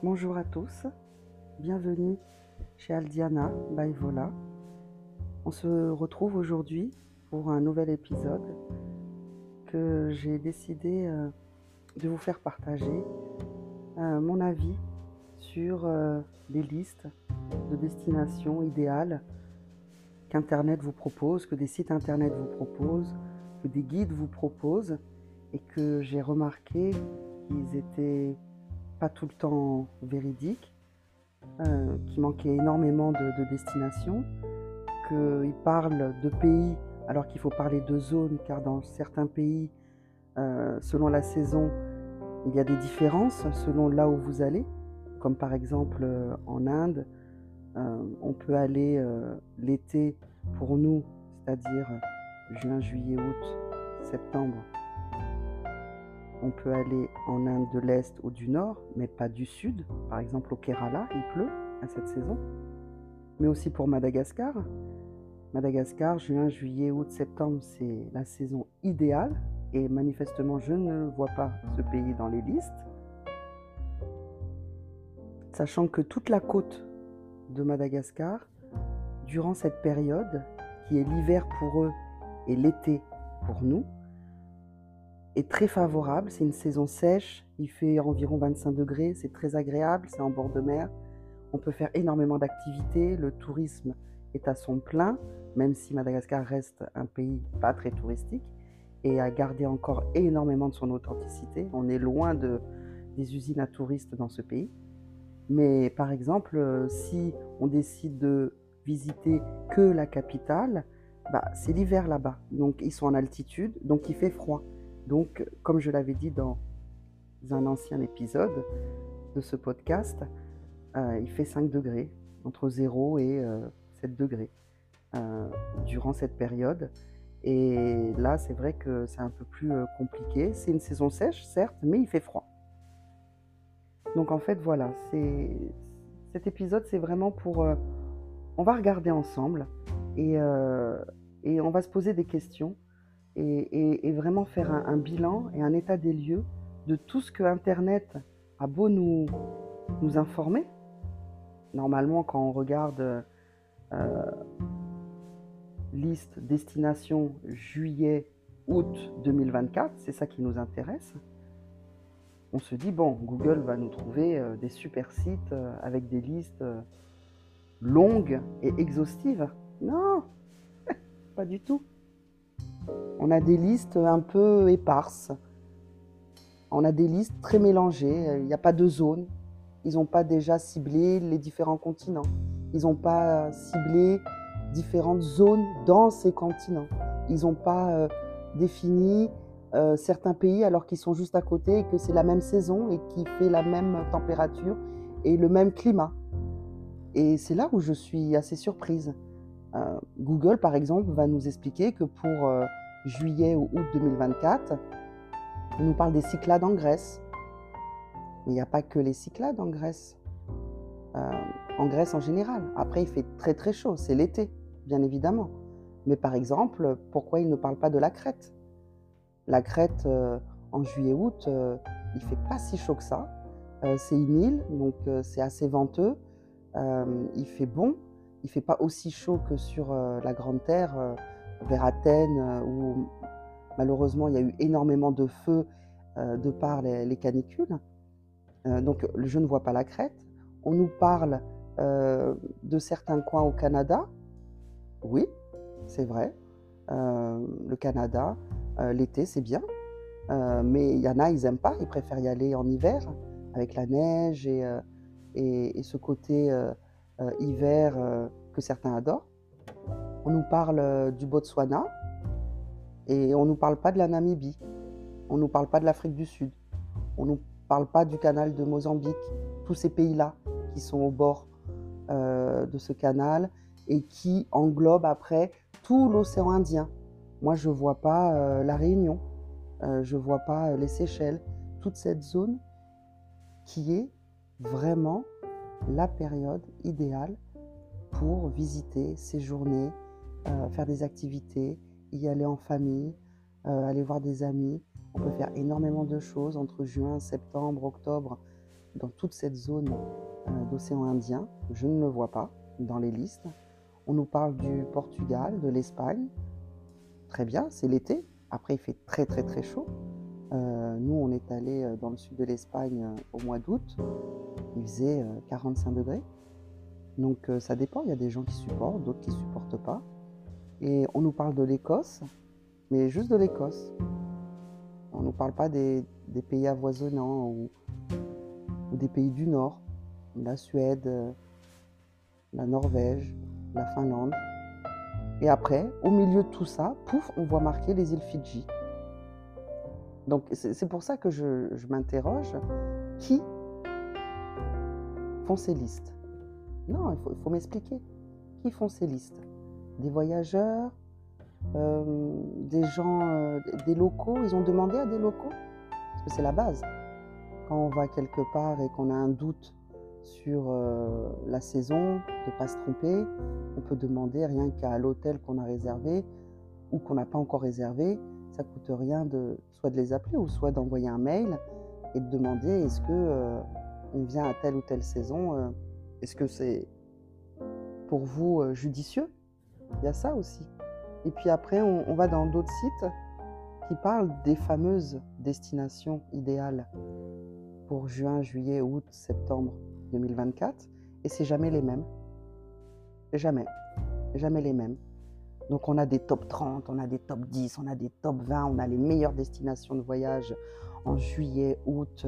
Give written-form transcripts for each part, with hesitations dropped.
Bonjour à tous, bienvenue chez Aldiana by Vola. On se retrouve aujourd'hui pour un nouvel épisode que j'ai décidé de vous faire partager mon avis sur les listes de destinations idéales qu'Internet vous propose, que des sites Internet vous proposent, que des guides vous proposent et que j'ai remarqué qu'ils étaient pas tout le temps véridiques, qu'il manquait énormément de destinations, qu'ils parlent de pays alors qu'il faut parler de zones, car dans certains pays, selon la saison, il y a des différences selon là où vous allez, comme par exemple en Inde, on peut aller l'été pour nous, c'est-à-dire juin, juillet, août, septembre. On peut aller en Inde de l'Est ou du Nord, mais pas du Sud. Par exemple, au Kerala, il pleut à cette saison. Mais aussi pour Madagascar. Madagascar, juin, juillet, août, septembre, c'est la saison idéale. Et manifestement, je ne vois pas ce pays dans les listes. Sachant que toute la côte de Madagascar, durant cette période, qui est l'hiver pour eux et l'été pour nous, est très favorable. C'est une saison sèche, il fait environ 25 degrés, c'est très agréable, c'est en bord de mer. On peut faire énormément d'activités, le tourisme est à son plein, même si Madagascar reste un pays pas très touristique et a gardé encore énormément de son authenticité. On est loin des usines à touristes dans ce pays. Mais par exemple, si on décide de visiter que la capitale, c'est l'hiver là-bas. Donc ils sont en altitude, donc il fait froid. Donc, comme je l'avais dit dans un ancien épisode de ce podcast, il fait 5 degrés, entre 0 et 7 degrés durant cette période. Et là, c'est vrai que c'est un peu plus compliqué. C'est une saison sèche, certes, mais il fait froid. Donc en fait, voilà, cet épisode, c'est vraiment pour... on va regarder ensemble et on va se poser des questions. Et vraiment faire un bilan et un état des lieux de tout ce que Internet a beau nous informer. Normalement, quand on regarde liste destination juillet, août 2024, c'est ça qui nous intéresse. On se dit, bon, Google va nous trouver des super sites avec des listes longues et exhaustives. Non, pas du tout. On a des listes un peu éparses. On a des listes très mélangées. Il n'y a pas de zone. Ils n'ont pas déjà ciblé les différents continents. Ils n'ont pas ciblé différentes zones dans ces continents. Ils n'ont pas défini certains pays alors qu'ils sont juste à côté et que c'est la même saison et qui fait la même température et le même climat. Et c'est là où je suis assez surprise. Google, par exemple, va nous expliquer que pour juillet ou août 2024, on nous parle des Cyclades en Grèce. Mais il n'y a pas que les Cyclades en Grèce en général. Après, il fait très très chaud, c'est l'été, bien évidemment. Mais par exemple, pourquoi il ne parle pas de la Crète ? La Crète, en juillet-août, il ne fait pas si chaud que ça. C'est une île, donc c'est assez venteux. Il fait bon. Il ne fait pas aussi chaud que sur la Grande Terre, vers Athènes, où malheureusement il y a eu énormément de feux de par les canicules. Donc je ne vois pas la Crète. On nous parle de certains coins au Canada. Oui, c'est vrai. Le Canada, l'été c'est bien. Mais il y en a, ils n'aiment pas. Ils préfèrent y aller en hiver, avec la neige et ce côté... hiver que certains adorent. On nous parle du Botswana et on ne nous parle pas de la Namibie. On ne nous parle pas de l'Afrique du Sud. On ne nous parle pas du canal de Mozambique. Tous ces pays-là qui sont au bord de ce canal et qui englobent après tout l'océan Indien. Moi, je ne vois pas la Réunion. Je ne vois pas les Seychelles. Toute cette zone qui est vraiment la période idéale pour visiter, séjourner, faire des activités, y aller en famille, aller voir des amis. On peut faire énormément de choses entre juin, septembre, octobre. dans toute cette zone d'océan Indien, je ne le vois pas dans les listes. On nous parle du Portugal, de l'Espagne. Très bien, c'est l'été. Après, il fait très très très chaud. Nous, on est allé dans le sud de l'Espagne au mois d'août. Il faisait 45 degrés. Donc ça dépend, il y a des gens qui supportent, d'autres qui ne supportent pas. Et on nous parle de l'Écosse, mais juste de l'Écosse. On ne nous parle pas des pays avoisinants ou des pays du Nord, la Suède, la Norvège, la Finlande. Et après, au milieu de tout ça, pouf, on voit marquer les îles Fidji. Donc c'est pour ça que je m'interroge, qui font ces listes? Non, il faut m'expliquer. Qui font ces listes? Des voyageurs, des gens, des locaux? Ils ont demandé à des locaux? Parce que c'est la base. Quand on va quelque part et qu'on a un doute sur la saison, de ne pas se tromper, on peut demander rien qu'à l'hôtel qu'on a réservé ou qu'on n'a pas encore réservé. Ça ne coûte rien soit de les appeler ou soit d'envoyer un mail et de demander est-ce que on vient à telle ou telle saison, est-ce que c'est pour vous judicieux? Il y a ça aussi. Et puis après, on va dans d'autres sites qui parlent des fameuses destinations idéales pour juin, juillet, août, septembre 2024, et c'est jamais les mêmes. Jamais les mêmes. Donc on a des top 30, on a des top 10, on a des top 20, on a les meilleures destinations de voyage en juillet, août.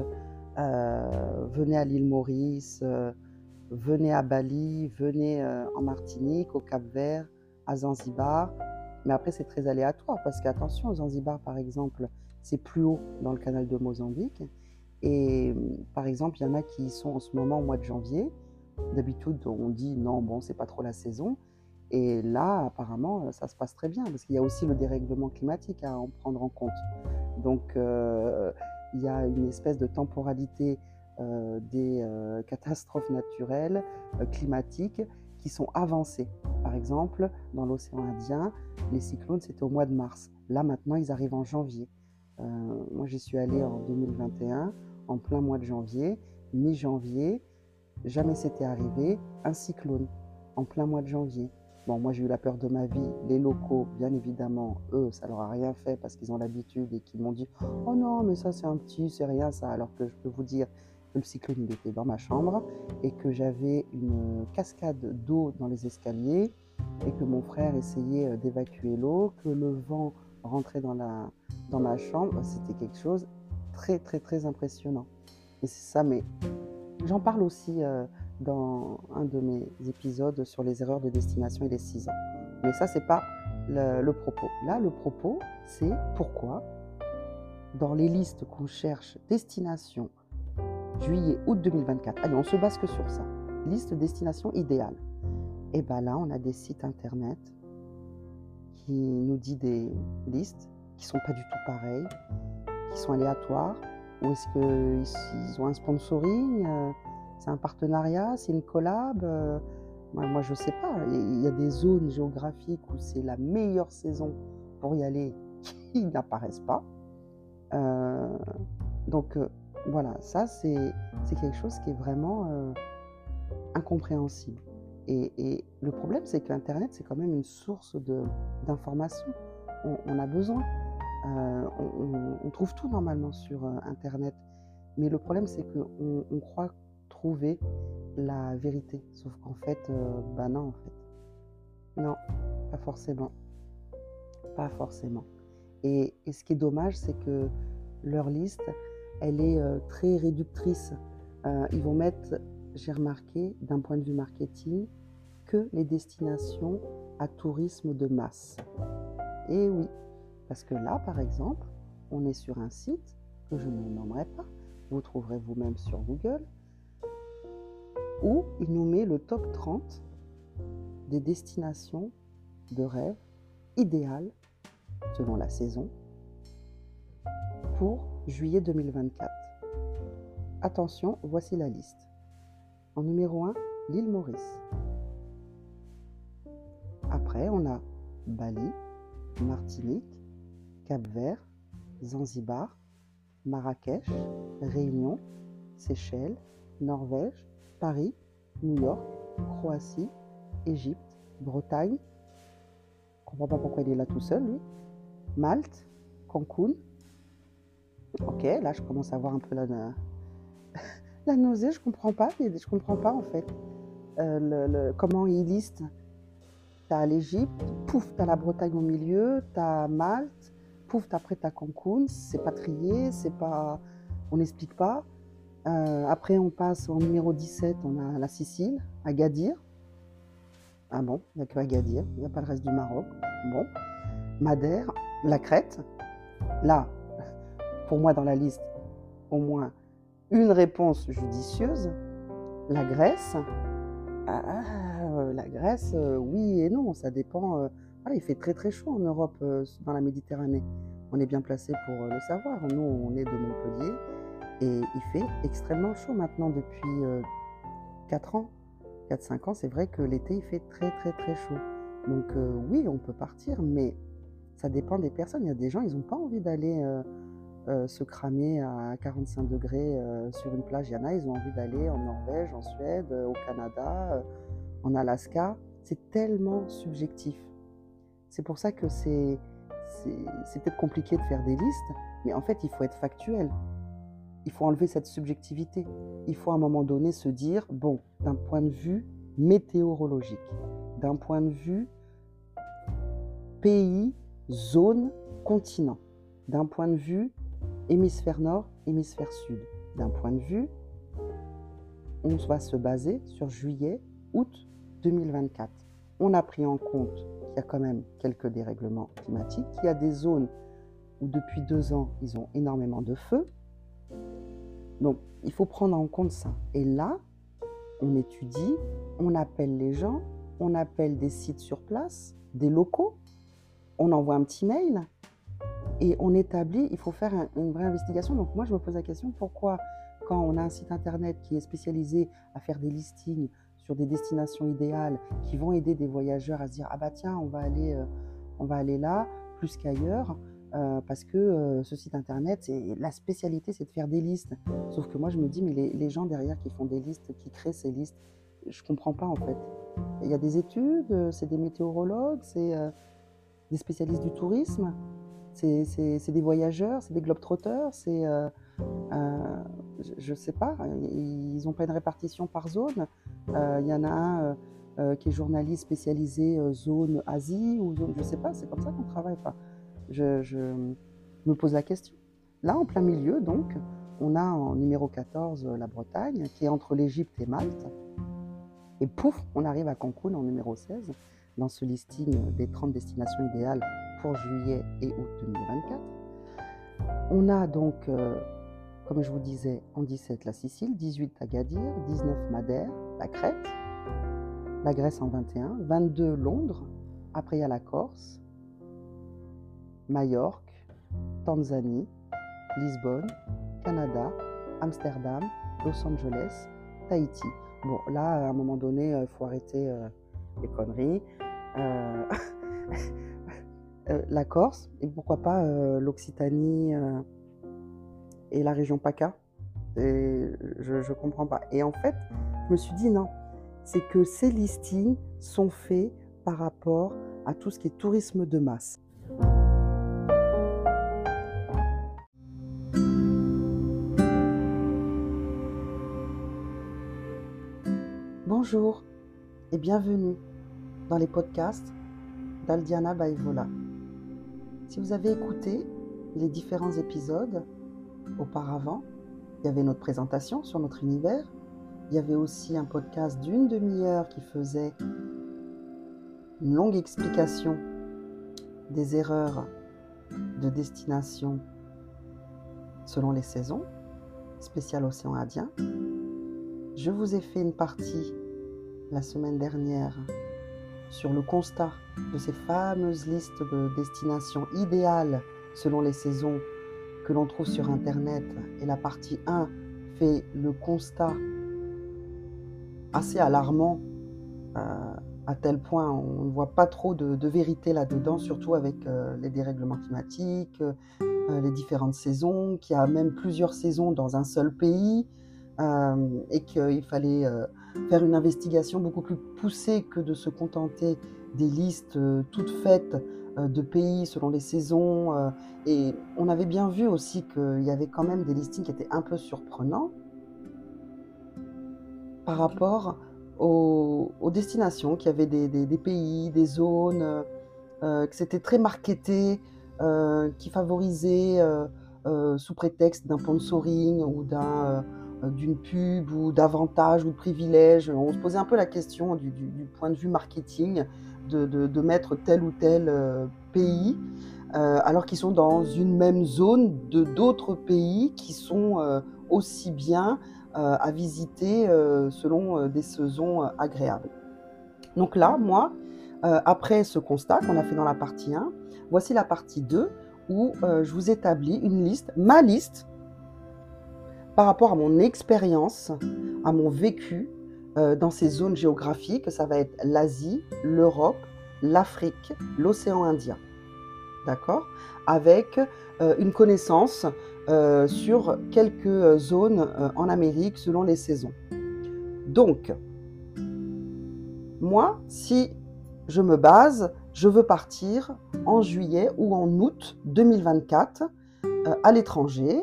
Venez à l'île Maurice, venez à Bali, venez en Martinique, au Cap-Vert, à Zanzibar. Mais après, c'est très aléatoire parce qu'attention, Zanzibar, par exemple, c'est plus haut dans le canal de Mozambique. Et par exemple, il y en a qui y sont en ce moment au mois de janvier. D'habitude, on dit non, bon, c'est pas trop la saison. Et là, apparemment, ça se passe très bien parce qu'il y a aussi le dérèglement climatique à en prendre en compte. Donc, il y a une espèce de temporalité des catastrophes naturelles, climatiques, qui sont avancées. Par exemple, dans l'océan Indien, les cyclones, c'était au mois de mars. Là, maintenant, ils arrivent en janvier. Moi, j'y suis allée en 2021, en plein mois de janvier, mi-janvier. Jamais c'était arrivé, un cyclone, en plein mois de janvier. Bon, moi, j'ai eu la peur de ma vie. Les locaux, bien évidemment, eux, ça leur a rien fait parce qu'ils ont l'habitude et qu'ils m'ont dit « Oh non, mais ça, c'est un petit, c'est rien ça ». Alors que je peux vous dire que le cyclone, il était dans ma chambre et que j'avais une cascade d'eau dans les escaliers et que mon frère essayait d'évacuer l'eau, que le vent rentrait dans ma chambre. C'était quelque chose de très, très, très impressionnant. Et c'est ça, mais j'en parle aussi dans un de mes épisodes sur les erreurs de destination et les 6 ans. Mais ça, c'est pas le propos. Là, le propos, c'est pourquoi, dans les listes qu'on cherche, destination, juillet, août 2024, allez, on se base que sur ça, liste destination idéale. Et bien là, on a des sites internet qui nous disent des listes qui sont pas du tout pareilles, qui sont aléatoires. Ou est-ce qu'ils ont un sponsoring? C'est un partenariat? C'est une collab? Moi, je ne sais pas. Il y a des zones géographiques où c'est la meilleure saison pour y aller qui n'apparaissent pas. Donc, voilà, ça, c'est quelque chose qui est vraiment incompréhensible. Et le problème, c'est qu'Internet, c'est quand même une source d'informations. On a besoin. On trouve tout normalement sur Internet. Mais le problème, c'est qu'on croit trouver la vérité. Sauf qu'en fait, non, en fait. Non, pas forcément. Pas forcément. Et ce qui est dommage, c'est que leur liste, elle est très réductrice. Ils vont mettre, j'ai remarqué, d'un point de vue marketing, que les destinations à tourisme de masse. Et oui. Parce que là, par exemple, on est sur un site que je ne nommerai pas, vous trouverez vous-même sur Google, où il nous met le top 30 des destinations de rêve idéales, selon la saison, pour juillet 2024. Attention, voici la liste. En numéro 1, l'île Maurice. Après, on a Bali, Martinique, Cap-Vert, Zanzibar, Marrakech, Réunion, Seychelles, Norvège, Paris, New York, Croatie, Égypte, Bretagne. Je ne comprends pas pourquoi il est là tout seul, lui. Malte, Cancun. Ok, là je commence à voir un peu la nausée, je comprends pas en fait. Comment il liste. T'as l'Égypte, pouf, t'as la Bretagne au milieu, t'as Malte, pouf, après t'as Cancun, c'est pas trié, on n'explique pas. Après on passe au numéro 17, on a la Sicile, Agadir. Ah bon, il n'y a que Agadir, il n'y a pas le reste du Maroc. Bon, Madère, la Crète. Là, pour moi dans la liste, au moins une réponse judicieuse. La Grèce. La Grèce, oui et non, ça dépend. Voilà, il fait très très chaud en Europe, dans la Méditerranée. On est bien placé pour le savoir. Nous, on est de Montpellier et il fait extrêmement chaud maintenant depuis 4 ans. 4-5 ans, c'est vrai que l'été, il fait très très très chaud. Donc oui, on peut partir, mais ça dépend des personnes. Il y a des gens, ils n'ont pas envie d'aller se cramer à 45 degrés sur une plage. Il y en a, ils ont envie d'aller en Norvège, en Suède, au Canada, en Alaska. C'est tellement subjectif. C'est pour ça que c'est peut-être compliqué de faire des listes, mais en fait, il faut être factuel. Il faut enlever cette subjectivité. Il faut à un moment donné se dire, bon, d'un point de vue météorologique, d'un point de vue pays, zone, continent, d'un point de vue hémisphère nord, hémisphère sud, d'un point de vue, on va se baser sur juillet, août 2024. On a pris en compte qu'il y a quand même quelques dérèglements climatiques, qu'il y a des zones où depuis 2 ans, ils ont énormément de feu. Donc, il faut prendre en compte ça. Et là, on étudie, on appelle les gens, on appelle des sites sur place, des locaux, on envoie un petit mail et on établit, il faut faire une vraie investigation. Donc moi, je me pose la question, pourquoi quand on a un site internet qui est spécialisé à faire des listings sur des destinations idéales qui vont aider des voyageurs à se dire « Ah bah tiens, on va aller là, plus qu'ailleurs », parce que ce site internet, la spécialité, c'est de faire des listes. Sauf que moi, je me dis, mais les gens derrière qui font des listes, qui créent ces listes, je ne comprends pas en fait. Il y a des études, c'est des météorologues, c'est des spécialistes du tourisme, c'est des voyageurs, c'est des globetrotters, je ne sais pas, ils n'ont pas une répartition par zone. Il y en a un qui est journaliste spécialisé zone Asie ou zone, je ne sais pas, c'est comme ça qu'on travaille. Enfin, je me pose la question. Là, en plein milieu, donc, on a en numéro 14 la Bretagne, qui est entre l'Égypte et Malte. Et pouf, on arrive à Cancun en numéro 16, dans ce listing des 30 destinations idéales pour juillet et août 2024. On a donc, comme je vous disais, en 17 la Sicile, 18 Agadir, 19 Madère, la Crète, la Grèce en 21, 22 Londres, après il y a la Corse, Majorque, Tanzanie, Lisbonne, Canada, Amsterdam, Los Angeles, Tahiti. Bon, là, à un moment donné, il faut arrêter les conneries. La Corse, et pourquoi pas l'Occitanie et la région PACA. Et je comprends pas. Et en fait, je me suis dit non, c'est que ces listings sont faits par rapport à tout ce qui est tourisme de masse. Bonjour et bienvenue dans les podcasts d'Aldiana Baivola. Si vous avez écouté les différents épisodes auparavant, il y avait notre présentation sur notre univers, il y avait aussi un podcast d'1 demi-heure qui faisait une longue explication des erreurs de destination selon les saisons, spécial océan Indien. Je vous ai fait une partie la semaine dernière sur le constat de ces fameuses listes de destinations idéales selon les saisons que l'on trouve sur Internet. Et la partie 1 fait le constat assez alarmant, à tel point on ne voit pas trop de vérité là-dedans, surtout avec les dérèglements climatiques, les différentes saisons, qu'il y a même plusieurs saisons dans un seul pays. et qu'il fallait faire une investigation beaucoup plus poussée que de se contenter des listes toutes faites de pays selon les saisons. Et on avait bien vu aussi qu'il y avait quand même des listings qui étaient un peu surprenants par rapport aux destinations, qu'il y avait des pays, des zones, que c'était très marketé, qui favorisait sous prétexte d'un sponsoring ou d'une pub ou d'avantages ou de privilèges. On se posait un peu la question du point de vue marketing de mettre tel ou tel pays, alors qu'ils sont dans une même zone d'autres pays qui sont aussi bien à visiter selon des saisons agréables. Donc là, moi, après ce constat qu'on a fait dans la partie 1, voici la partie 2 où je vous établis une liste, ma liste, par rapport à mon expérience, à mon vécu dans ces zones géographiques. Ça va être l'Asie, l'Europe, l'Afrique, l'océan Indien. D'accord ? Avec une connaissance sur quelques zones en Amérique selon les saisons. Donc, moi, si je me base, je veux partir en juillet ou en août 2024 à l'étranger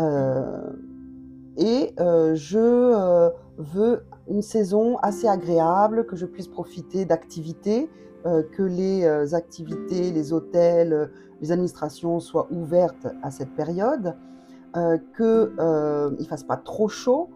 et je veux une saison assez agréable, que je puisse profiter d'activités, que les activités, les hôtels, les administrations soient ouvertes à cette période, qu'il ne fasse pas trop chaud,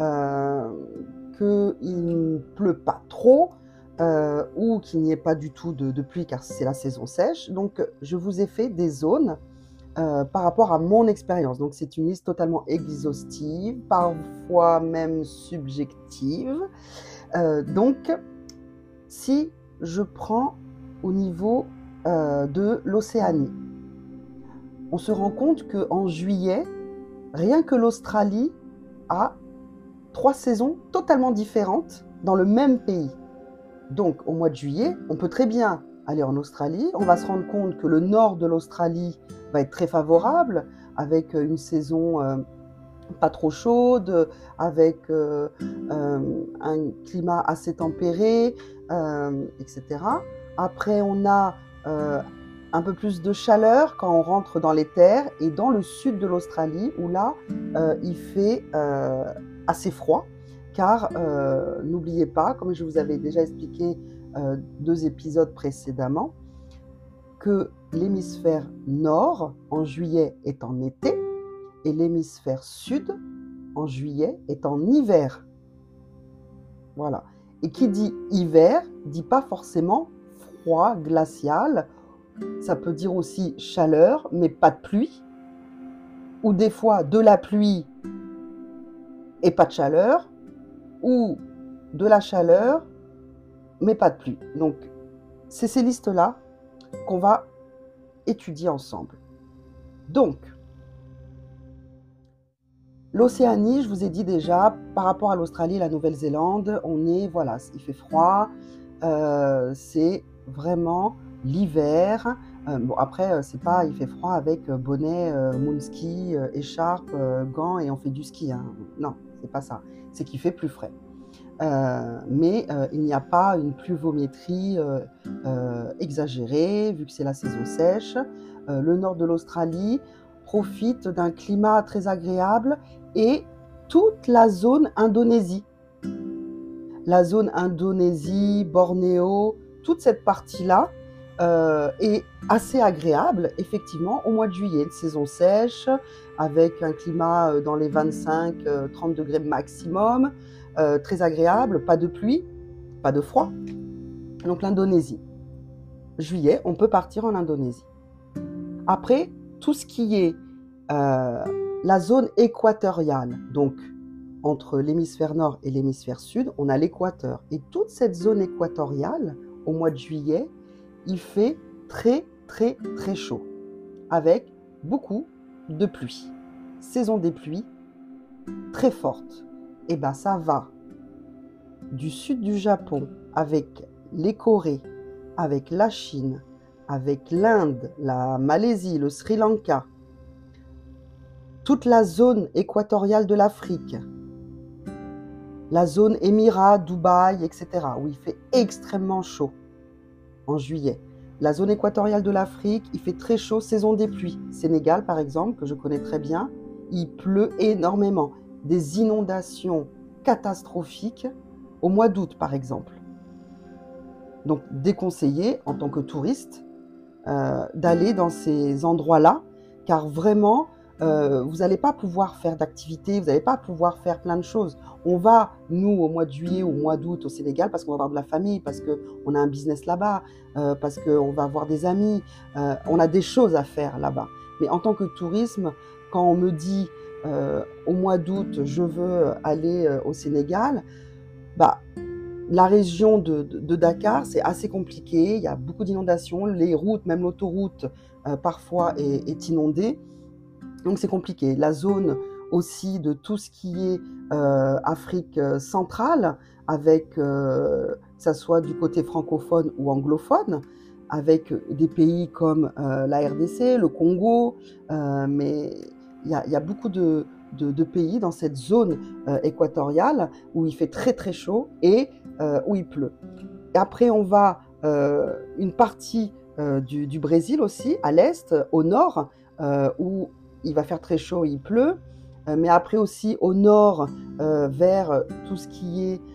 qu'il ne pleut pas trop, ou qu'il n'y ait pas du tout de pluie car c'est la saison sèche. Donc je vous ai fait des zones par rapport à mon expérience. Donc c'est une liste totalement exhaustive, parfois même subjective. Donc si je prends au niveau de l'Océanie, on se rend compte qu'en juillet, rien que l'Australie a 3 saisons totalement différentes dans le même pays. Donc, au mois de juillet, on peut très bien aller en Australie. On va se rendre compte que le nord de l'Australie va être très favorable, avec une saison pas trop chaude, avec un climat assez tempéré, etc. Après, on a un peu plus de chaleur quand on rentre dans les terres et dans le sud de l'Australie, où là, il fait assez froid. Car n'oubliez pas, comme je vous avais déjà expliqué 2 épisodes précédemment, que l'hémisphère nord en juillet est en été et l'hémisphère sud en juillet est en hiver. Voilà. Et qui dit hiver, dit pas forcément froid, glacial. Ça peut dire aussi chaleur, mais pas de pluie. Ou des fois de la pluie et pas de chaleur. Ou de la chaleur, mais pas de pluie. Donc, c'est ces listes-là qu'on va étudier ensemble. Donc, l'Océanie, je vous ai dit déjà, par rapport à l'Australie et la Nouvelle-Zélande, on est, voilà, il fait froid, c'est vraiment l'hiver. Bon, après, c'est pas, il fait froid avec bonnet, moonski, écharpe, gants et on fait du ski. Hein. Non, c'est pas ça. C'est qu'il fait plus frais. Mais il n'y a pas une pluviométrie exagérée, vu que c'est la saison sèche. Le nord de l'Australie profite d'un climat très agréable et toute la zone Indonésie. La zone Indonésie, Bornéo, toute cette partie-là est assez agréable, effectivement, au mois de juillet, de saison sèche, avec un climat dans les 25-30 degrés maximum, très agréable, pas de pluie, pas de froid. Donc l'Indonésie. Juillet, on peut partir en Indonésie. Après, tout ce qui est la zone équatoriale, donc entre l'hémisphère nord et l'hémisphère sud, on a l'équateur. Et toute cette zone équatoriale, au mois de juillet, il fait très, très, très chaud, avec beaucoup de pluie. Saison des pluies très forte. Et bien, ça va du sud du Japon, avec les Corées, avec la Chine, avec l'Inde, la Malaisie, le Sri Lanka, toute la zone équatoriale de l'Afrique, la zone Émirats, Dubaï, etc., où il fait extrêmement chaud en juillet. La zone équatoriale de l'Afrique, il fait très chaud, saison des pluies. Sénégal, par exemple, que je connais très bien, il pleut énormément. Des inondations catastrophiques au mois d'août, par exemple. Donc, déconseillé, en tant que touriste, d'aller dans ces endroits-là, car vraiment, vous n'allez pas pouvoir faire d'activités, vous n'allez pas pouvoir faire plein de choses. On va, nous, au mois de juillet ou au mois d'août au Sénégal, parce qu'on va avoir de la famille, parce qu'on a un business là-bas, parce qu'on va avoir des amis, on a des choses à faire là-bas. Mais en tant que tourisme, quand on me dit au mois d'août, je veux aller au Sénégal, bah, la région de Dakar, c'est assez compliqué, il y a beaucoup d'inondations, les routes, même l'autoroute, parfois est inondée, donc c'est compliqué. La zone aussi de tout ce qui est Afrique centrale, avec, que ça soit du côté francophone ou anglophone, avec des pays comme la RDC, le Congo, mais il y a beaucoup de pays dans cette zone équatoriale où il fait très très chaud et où il pleut. Et après, on va une partie du Brésil aussi, à l'est, au nord, où il va faire très chaud et il pleut. Mais après aussi au nord, vers tout ce qui est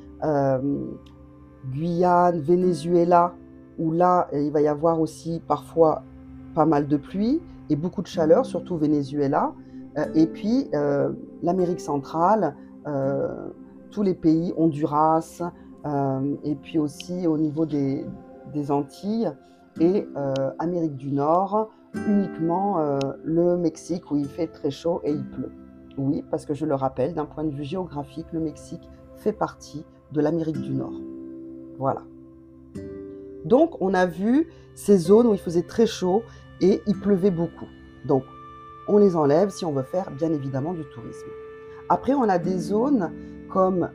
Guyane, Venezuela, où là, il va y avoir aussi parfois pas mal de pluie et beaucoup de chaleur, surtout Venezuela. Et puis, l'Amérique centrale, tous les pays, Honduras, et puis aussi au niveau des Antilles et Amérique du Nord, uniquement le Mexique où il fait très chaud et il pleut. Oui, parce que je le rappelle, d'un point de vue géographique, le Mexique fait partie de l'Amérique du Nord. Voilà. Donc, on a vu ces zones où il faisait très chaud et il pleuvait beaucoup. Donc, on les enlève si on veut faire, bien évidemment, du tourisme. Après, on a des zones comme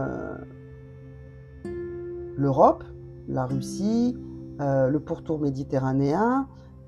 l'Europe, la Russie, le pourtour méditerranéen,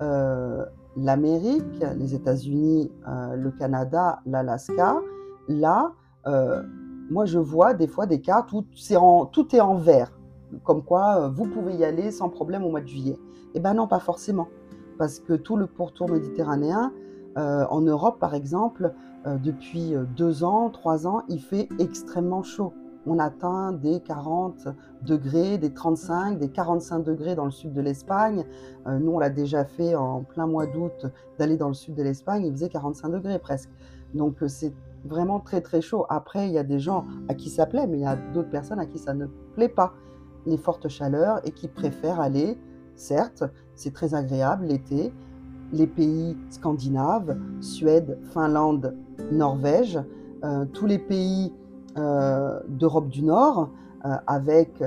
l'Amérique, les États-Unis, le Canada, l'Alaska. Là, moi, je vois des fois des cartes où tout est en vert, comme quoi vous pouvez y aller sans problème au mois de juillet. Eh bien non, pas forcément, parce que tout le pourtour méditerranéen, en Europe par exemple, depuis 2 ans, 3 ans, il fait extrêmement chaud. On atteint des 40 degrés, des 35, des 45 degrés dans le sud de l'Espagne. Nous, on l'a déjà fait en plein mois d'août, d'aller dans le sud de l'Espagne, il faisait 45 degrés presque. Donc c'est vraiment très très chaud. Après, il y a des gens à qui ça plaît, mais il y a d'autres personnes à qui ça ne plaît pas, les fortes chaleurs, et qui préfèrent aller, certes, c'est très agréable l'été, les pays scandinaves, Suède, Finlande, Norvège, tous les pays d'Europe du Nord, avec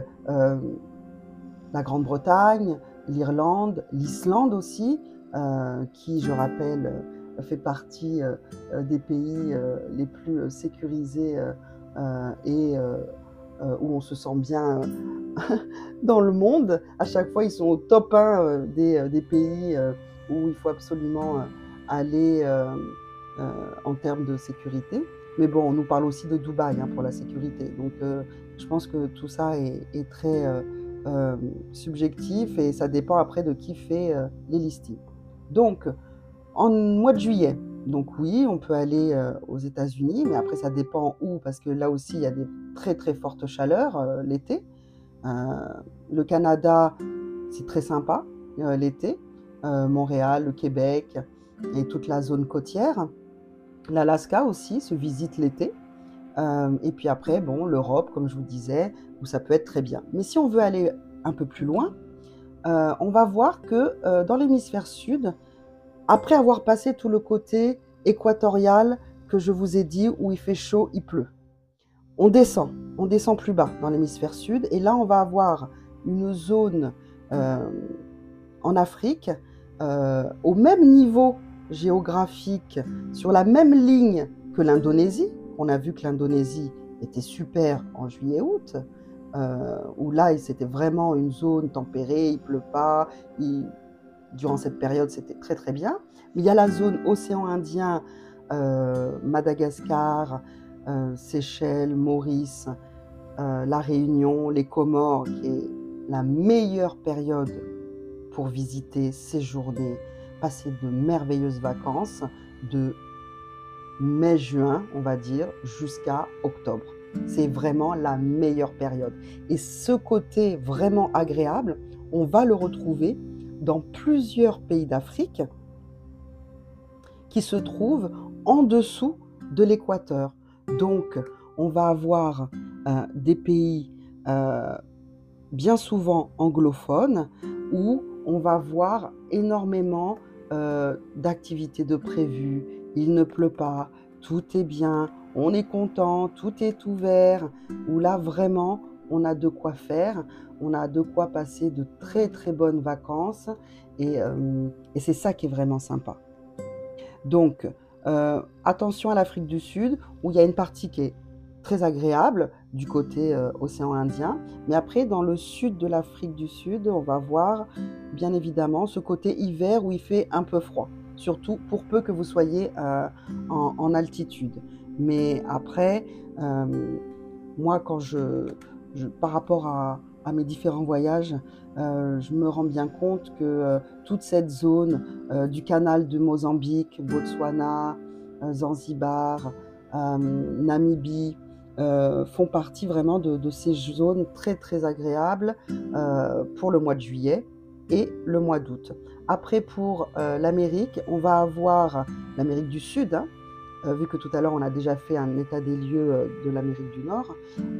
la Grande-Bretagne, l'Irlande, l'Islande aussi, qui, je rappelle, fait partie des pays les plus sécurisés et où on se sent bien dans le monde. À chaque fois, ils sont au top 1 des pays où il faut absolument aller en termes de sécurité. Mais bon, on nous parle aussi de Dubaï pour la sécurité. Donc, je pense que tout ça est très subjectif et ça dépend après de qui fait les listings. Donc, en mois de juillet, donc oui, on peut aller aux États-Unis, mais après ça dépend où, parce que là aussi il y a des très très fortes chaleurs l'été. Le Canada, c'est très sympa l'été. Montréal, le Québec et toute la zone côtière. L'Alaska aussi se visite l'été. Et puis après, bon, l'Europe, comme je vous disais, où ça peut être très bien. Mais si on veut aller un peu plus loin, on va voir que dans l'hémisphère sud, après avoir passé tout le côté équatorial que je vous ai dit, où il fait chaud, il pleut, on descend plus bas dans l'hémisphère sud, et là on va avoir une zone en Afrique, au même niveau géographique, sur la même ligne que l'Indonésie. On a vu que l'Indonésie était super en juillet-août, où là c'était vraiment une zone tempérée, il ne pleut pas, durant cette période c'était très très bien. Mais il y a la zone océan Indien, Madagascar, Seychelles, Maurice, la Réunion, les Comores, qui est la meilleure période pour visiter, séjourner, passer de merveilleuses vacances, de mai-juin, on va dire, jusqu'à octobre. C'est vraiment la meilleure période. Et ce côté vraiment agréable, on va le retrouver dans plusieurs pays d'Afrique qui se trouvent en dessous de l'équateur. Donc, on va avoir des pays bien souvent anglophones où on va voir énormément d'activités de prévues. Il ne pleut pas, tout est bien, on est content, tout est ouvert, où là vraiment on a de quoi faire, on a de quoi passer de très très bonnes vacances et c'est ça qui est vraiment sympa. Donc attention à l'Afrique du Sud où il y a une partie qui est très agréable du côté océan Indien, mais après dans le sud de l'Afrique du Sud, on va voir bien évidemment ce côté hiver où il fait un peu froid, surtout pour peu que vous soyez en altitude. Mais après, moi quand par rapport à mes différents voyages, je me rends bien compte que toute cette zone du canal de Mozambique, Botswana, Zanzibar, Namibie, font partie vraiment de ces zones très très agréables pour le mois de juillet et le mois d'août. Après pour l'Amérique, on va avoir l'Amérique du Sud, hein, vu que tout à l'heure on a déjà fait un état des lieux de l'Amérique du Nord,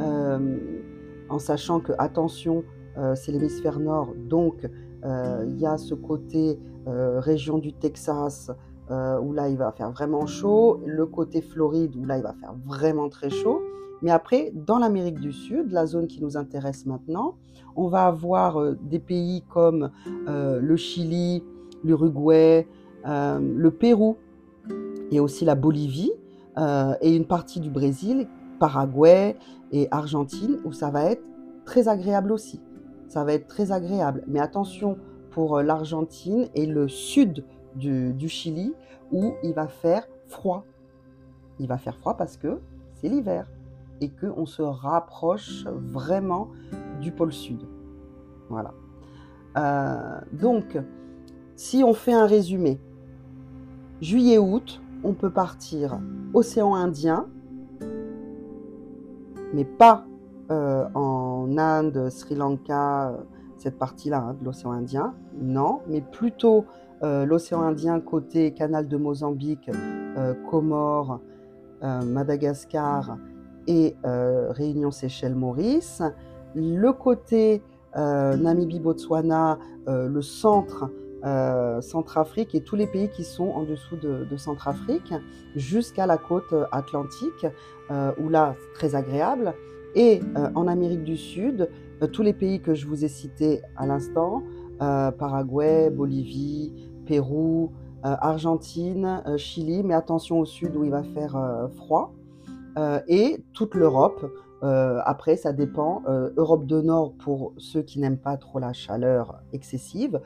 en sachant que, attention, c'est l'hémisphère nord, donc il y a ce côté région du Texas, où là il va faire vraiment chaud, le côté Floride où là il va faire vraiment très chaud. Mais après, dans l'Amérique du Sud, la zone qui nous intéresse maintenant, on va avoir des pays comme le Chili, l'Uruguay, le Pérou et aussi la Bolivie et une partie du Brésil, Paraguay et Argentine, où ça va être très agréable aussi. Ça va être très agréable. Mais attention pour l'Argentine et le sud du Chili, où il va faire froid. Il va faire froid parce que c'est l'hiver et qu'on se rapproche vraiment du pôle sud. Voilà. Donc, si on fait un résumé, juillet-août, on peut partir océan Indien, mais pas en Inde, Sri Lanka, cette partie-là hein, de l'océan Indien, non, mais plutôt l'océan Indien côté canal de Mozambique, Comores, Madagascar et Réunion, Seychelles, Maurice. Le côté Namibie, Botswana, le centre, Centrafrique et tous les pays qui sont en dessous de Centrafrique, jusqu'à la côte atlantique, où là, c'est très agréable. Et en Amérique du Sud, tous les pays que je vous ai cités à l'instant, Paraguay, Bolivie, Pérou, Argentine, Chili, mais attention au sud où il va faire froid, et toute l'Europe. Après, ça dépend. Europe du Nord pour ceux qui n'aiment pas trop la chaleur excessive,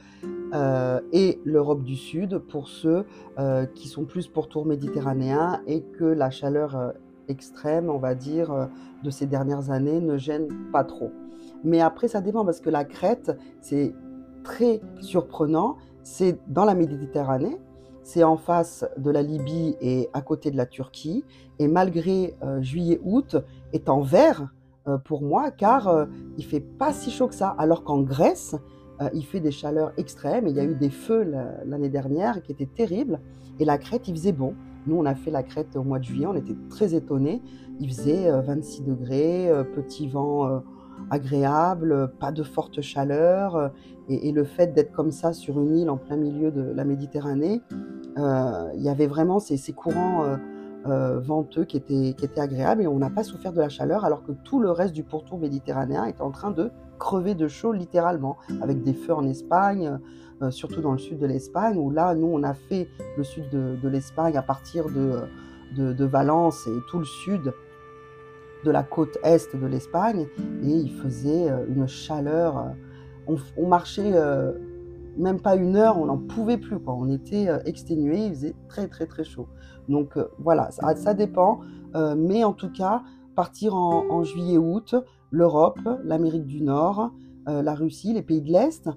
et l'Europe du Sud pour ceux qui sont plus pourtour méditerranéen et que la chaleur extrême, on va dire, de ces dernières années ne gêne pas trop. Mais après, ça dépend parce que la Crète, c'est très surprenant. C'est dans la Méditerranée, c'est en face de la Libye et à côté de la Turquie. Et malgré juillet-août est en vert pour moi, car il fait pas si chaud que ça. Alors qu'en Grèce, il fait des chaleurs extrêmes. Et il y a eu des feux l'année dernière qui étaient terribles. Et la Crète, il faisait bon. Nous, on a fait la Crète au mois de juillet. On était très étonnés. Il faisait 26 degrés, petit vent agréable, pas de forte chaleur. Et le fait d'être comme ça sur une île en plein milieu de la Méditerranée, il y avait vraiment ces courants venteux qui étaient agréables et on n'a pas souffert de la chaleur alors que tout le reste du pourtour méditerranéen est en train de crever de chaud littéralement, avec des feux en Espagne, surtout dans le sud de l'Espagne, où là, nous, on a fait le sud de l'Espagne à partir de Valence et tout le sud de la côte est de l'Espagne, et il faisait une chaleur, on marchait même pas une heure, on n'en pouvait plus, quoi. On était exténués, il faisait très très très chaud. Donc voilà, ça dépend, mais en tout cas, partir en juillet-août, l'Europe, l'Amérique du Nord, la Russie, les pays de l'Est,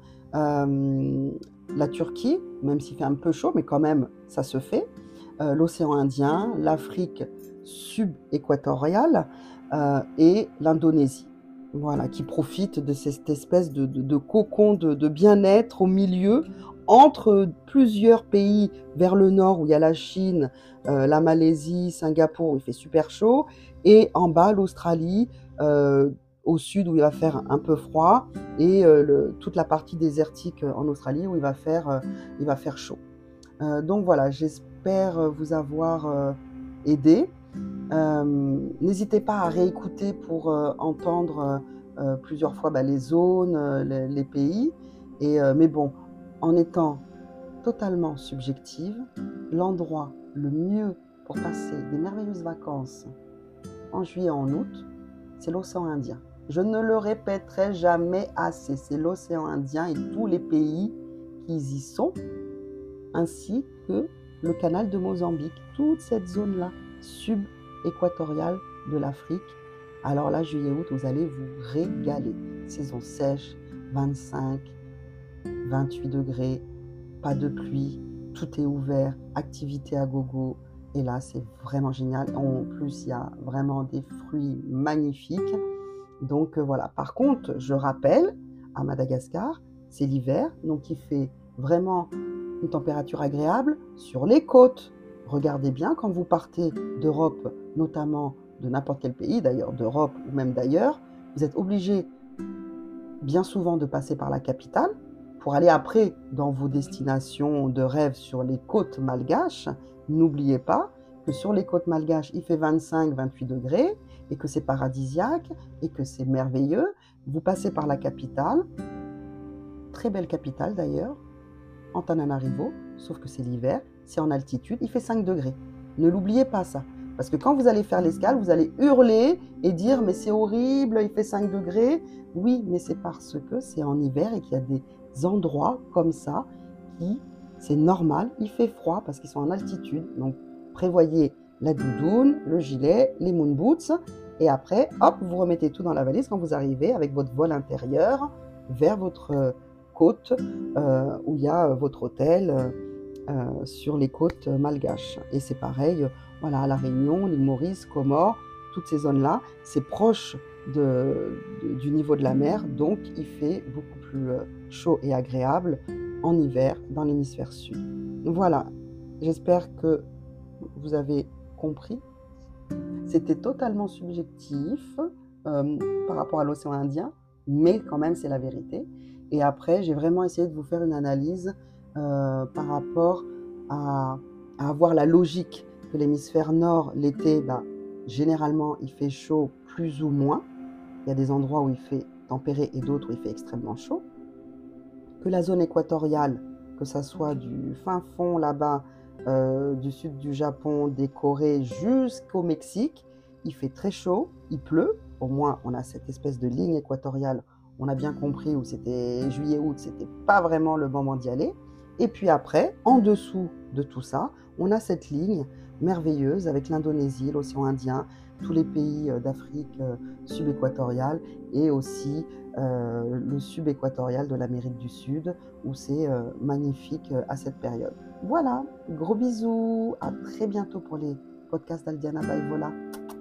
la Turquie, même s'il fait un peu chaud, mais quand même, ça se fait, l'océan Indien, l'Afrique subéquatoriale et l'Indonésie. Voilà, qui profite de cette espèce de cocon de bien-être au milieu, entre plusieurs pays vers le nord où il y a la Chine, la Malaisie, Singapour où il fait super chaud, et en bas l'Australie, au sud où il va faire un peu froid, et toute la partie désertique en Australie où il va faire chaud. Donc voilà, j'espère vous avoir aidé. N'hésitez pas à réécouter pour entendre plusieurs fois les zones, les pays. Mais bon, en étant totalement subjective, l'endroit le mieux pour passer des merveilleuses vacances en juillet et en août, c'est l'océan Indien. Je ne le répéterai jamais assez, c'est l'océan Indien et tous les pays qui y sont, ainsi que le canal de Mozambique, toute cette zone-là, subéquatoriale de l'Afrique. Alors là, juillet-août, vous allez vous régaler. Saison sèche, 25, 28 degrés, pas de pluie, tout est ouvert, activité à gogo. Et là, c'est vraiment génial. En plus, il y a vraiment des fruits magnifiques. Donc voilà. Par contre, je rappelle, à Madagascar, c'est l'hiver, donc il fait vraiment une température agréable sur les côtes. Regardez bien quand vous partez d'Europe, notamment de n'importe quel pays, d'ailleurs d'Europe ou même d'ailleurs, vous êtes obligé bien souvent de passer par la capitale pour aller après dans vos destinations de rêve sur les côtes malgaches. N'oubliez pas que sur les côtes malgaches, il fait 25-28 degrés et que c'est paradisiaque et que c'est merveilleux. Vous passez par la capitale, très belle capitale d'ailleurs, Antananarivo, sauf que c'est l'hiver, c'est en altitude, il fait 5 degrés. Ne l'oubliez pas ça, parce que quand vous allez faire l'escale, vous allez hurler et dire « mais c'est horrible, il fait 5 degrés ». Oui, mais c'est parce que c'est en hiver et qu'il y a des endroits comme ça qui, c'est normal, il fait froid parce qu'ils sont en altitude. Donc prévoyez la doudoune, le gilet, les moon boots, et après, hop, vous remettez tout dans la valise quand vous arrivez avec votre vol intérieur vers votre côte où il y a votre hôtel sur les côtes malgaches. Et c'est pareil, voilà, à La Réunion, l'île Maurice, Comores, toutes ces zones-là, c'est proche du niveau de la mer, donc il fait beaucoup plus chaud et agréable en hiver dans l'hémisphère sud. Voilà, j'espère que vous avez compris. C'était totalement subjectif par rapport à l'océan Indien, mais quand même c'est la vérité. Et après, j'ai vraiment essayé de vous faire une analyse par rapport à avoir la logique que l'hémisphère nord, l'été, généralement, il fait chaud plus ou moins. Il y a des endroits où il fait tempéré et d'autres où il fait extrêmement chaud. Que la zone équatoriale, que ça soit du fin fond là-bas, du sud du Japon, des Corées jusqu'au Mexique, il fait très chaud, il pleut. Au moins, on a cette espèce de ligne équatoriale, on a bien compris où c'était juillet-août, c'était pas vraiment le moment d'y aller. Et puis après, en dessous de tout ça, on a cette ligne merveilleuse avec l'Indonésie, l'océan Indien, tous les pays d'Afrique subéquatoriale et aussi le subéquatorial de l'Amérique du Sud où c'est magnifique à cette période. Voilà, gros bisous, à très bientôt pour les podcasts d'Aldiana by Vola.